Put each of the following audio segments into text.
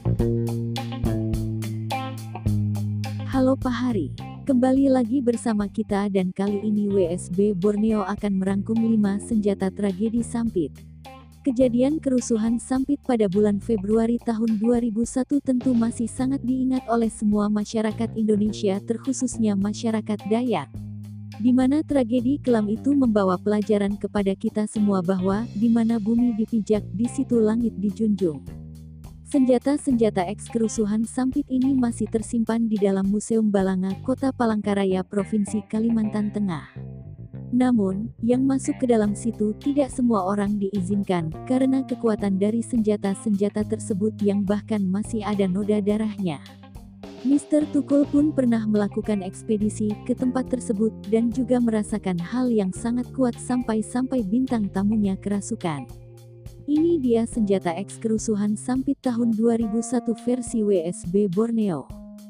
Halo Pak Hari, kembali lagi bersama kita dan kali ini WSB Borneo akan merangkum 5 senjata tragedi Sampit. Kejadian kerusuhan Sampit pada bulan Februari tahun 2001 tentu masih sangat diingat oleh semua masyarakat Indonesia terkhususnya masyarakat Dayak. Di mana tragedi kelam itu membawa pelajaran kepada kita semua bahwa di mana bumi dipijak, di situ langit dijunjung. Senjata-senjata eks kerusuhan Sampit ini masih tersimpan di dalam Museum Balanga, Kota Palangkaraya, Provinsi Kalimantan Tengah. Namun, yang masuk ke dalam situ tidak semua orang diizinkan, karena kekuatan dari senjata-senjata tersebut yang bahkan masih ada noda darahnya. Mr. Tukul pun pernah melakukan ekspedisi ke tempat tersebut dan juga merasakan hal yang sangat kuat sampai-sampai bintang tamunya kerasukan. Ini dia senjata eks kerusuhan Sampit tahun 2001 versi WSB Borneo.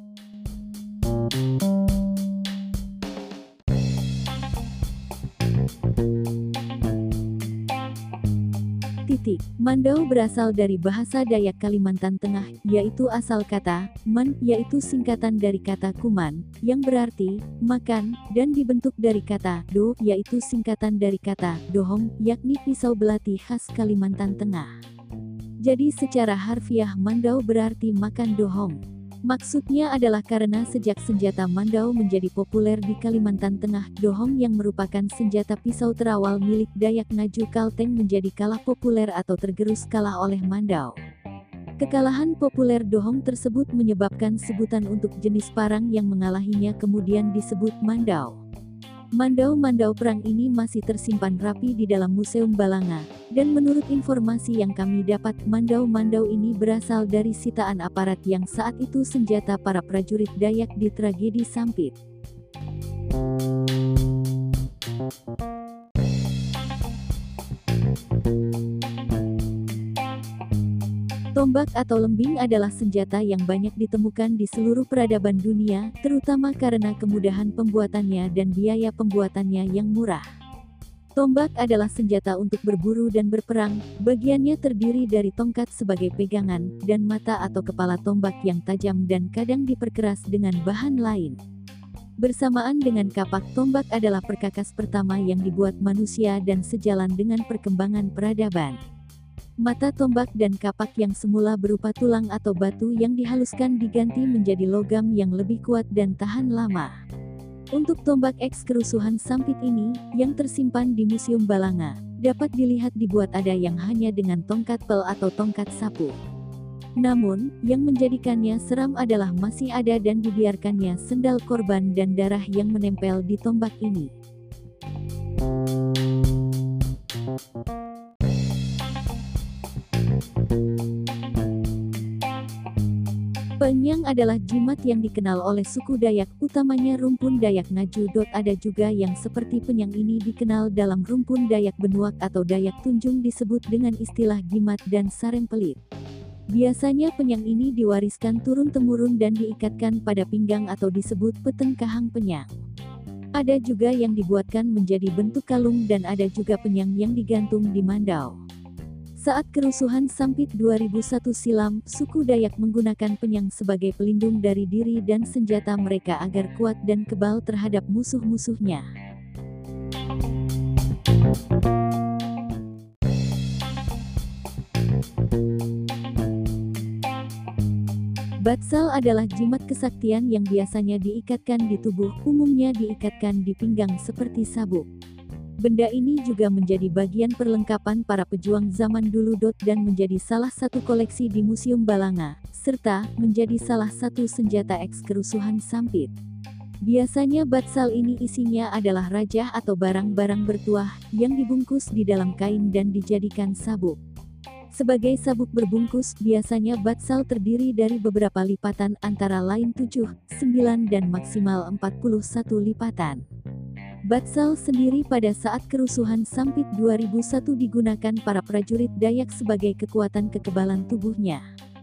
Mandau berasal dari bahasa Dayak Kalimantan Tengah, yaitu asal kata man, yaitu singkatan dari kata kuman, yang berarti makan, dan dibentuk dari kata do, yaitu singkatan dari kata dohong, yakni pisau belati khas Kalimantan Tengah. Jadi secara harfiah Mandau berarti makan dohong. Maksudnya adalah karena sejak senjata Mandau menjadi populer di Kalimantan Tengah, dohong yang merupakan senjata pisau terawal milik Dayak Ngaju Kalteng menjadi kalah populer atau tergerus kalah oleh Mandau. Kekalahan populer dohong tersebut menyebabkan sebutan untuk jenis parang yang mengalahinya kemudian disebut Mandau. Mandau perang ini masih tersimpan rapi di dalam Museum Balanga, dan menurut informasi yang kami dapat, Mandau ini berasal dari sitaan aparat yang saat itu senjata para prajurit Dayak di tragedi Sampit. Tombak atau lembing adalah senjata yang banyak ditemukan di seluruh peradaban dunia, terutama karena kemudahan pembuatannya dan biaya pembuatannya yang murah. Tombak adalah senjata untuk berburu dan berperang, bagiannya terdiri dari tongkat sebagai pegangan, dan mata atau kepala tombak yang tajam dan kadang diperkeras dengan bahan lain. Bersamaan dengan kapak, tombak adalah perkakas pertama yang dibuat manusia dan sejalan dengan perkembangan peradaban. Mata tombak dan kapak yang semula berupa tulang atau batu yang dihaluskan diganti menjadi logam yang lebih kuat dan tahan lama. Untuk tombak eks kerusuhan Sampit ini, yang tersimpan di Museum Balanga, dapat dilihat dibuat ada yang hanya dengan tongkat pel atau tongkat sapu. Namun, yang menjadikannya seram adalah masih ada dan dibiarkannya sendal korban dan darah yang menempel di tombak ini. Penyang adalah jimat yang dikenal oleh suku Dayak, utamanya rumpun Dayak Ngaju. Ada juga yang seperti penyang ini dikenal dalam rumpun Dayak Benuak atau Dayak Tunjung disebut dengan istilah gimat dan sarem pelit. Biasanya penyang ini diwariskan turun-temurun dan diikatkan pada pinggang atau disebut peteng kahang penyang. Ada juga yang dibuatkan menjadi bentuk kalung dan ada juga penyang yang digantung di Mandau. Saat kerusuhan Sampit 2001 silam, suku Dayak menggunakan penyang sebagai pelindung dari diri dan senjata mereka agar kuat dan kebal terhadap musuh-musuhnya. Batsal adalah jimat kesaktian yang biasanya diikatkan di tubuh, umumnya diikatkan di pinggang seperti sabuk. Benda ini juga menjadi bagian perlengkapan para pejuang zaman dulu. Dan menjadi salah satu koleksi di Museum Balanga, serta menjadi salah satu senjata eks kerusuhan Sampit. Biasanya batsal ini isinya adalah rajah atau barang-barang bertuah, yang dibungkus di dalam kain dan dijadikan sabuk. Sebagai sabuk berbungkus, biasanya batsal terdiri dari beberapa lipatan antara lain 7, 9 dan maksimal 41 lipatan. Batsal sendiri pada saat kerusuhan Sampit 2001 digunakan para prajurit Dayak sebagai kekuatan kekebalan tubuhnya.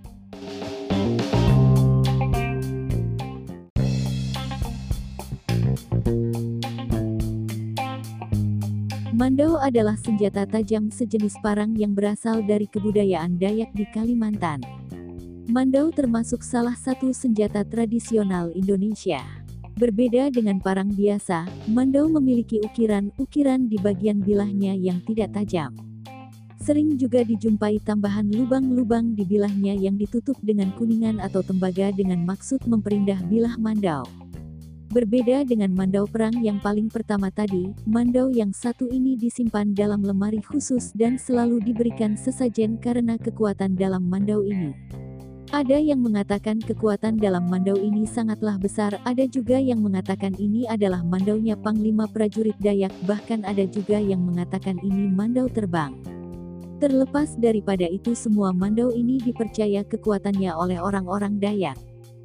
Mandau adalah senjata tajam sejenis parang yang berasal dari kebudayaan Dayak di Kalimantan. Mandau termasuk salah satu senjata tradisional Indonesia. Berbeda dengan parang biasa, mandau memiliki ukiran-ukiran di bagian bilahnya yang tidak tajam. Sering juga dijumpai tambahan lubang-lubang di bilahnya yang ditutup dengan kuningan atau tembaga dengan maksud memperindah bilah mandau. Berbeda dengan mandau perang yang paling pertama tadi, mandau yang satu ini disimpan dalam lemari khusus dan selalu diberikan sesajen karena kekuatan dalam mandau ini. Ada yang mengatakan kekuatan dalam mandau ini sangatlah besar, ada juga yang mengatakan ini adalah mandaunya Panglima Prajurit Dayak, bahkan ada juga yang mengatakan ini mandau terbang. Terlepas daripada itu semua, mandau ini dipercaya kekuatannya oleh orang-orang Dayak.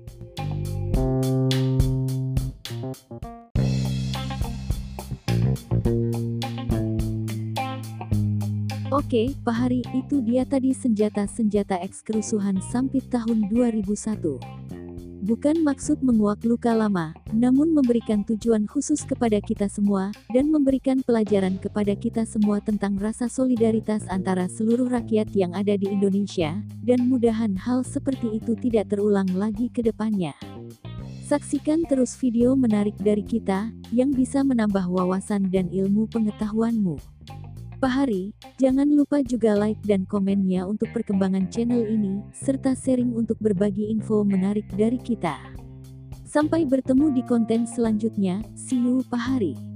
Oke, Pak Hari, itu dia tadi senjata-senjata eks kerusuhan Sampit tahun 2001. Bukan maksud menguak luka lama, namun memberikan tujuan khusus kepada kita semua, dan memberikan pelajaran kepada kita semua tentang rasa solidaritas antara seluruh rakyat yang ada di Indonesia, dan mudahan hal seperti itu tidak terulang lagi ke depannya. Saksikan terus video menarik dari kita, yang bisa menambah wawasan dan ilmu pengetahuanmu. Pak Hari, jangan lupa juga like dan komennya untuk perkembangan channel ini, serta sharing untuk berbagi info menarik dari kita. Sampai bertemu di konten selanjutnya, see you Pak Hari.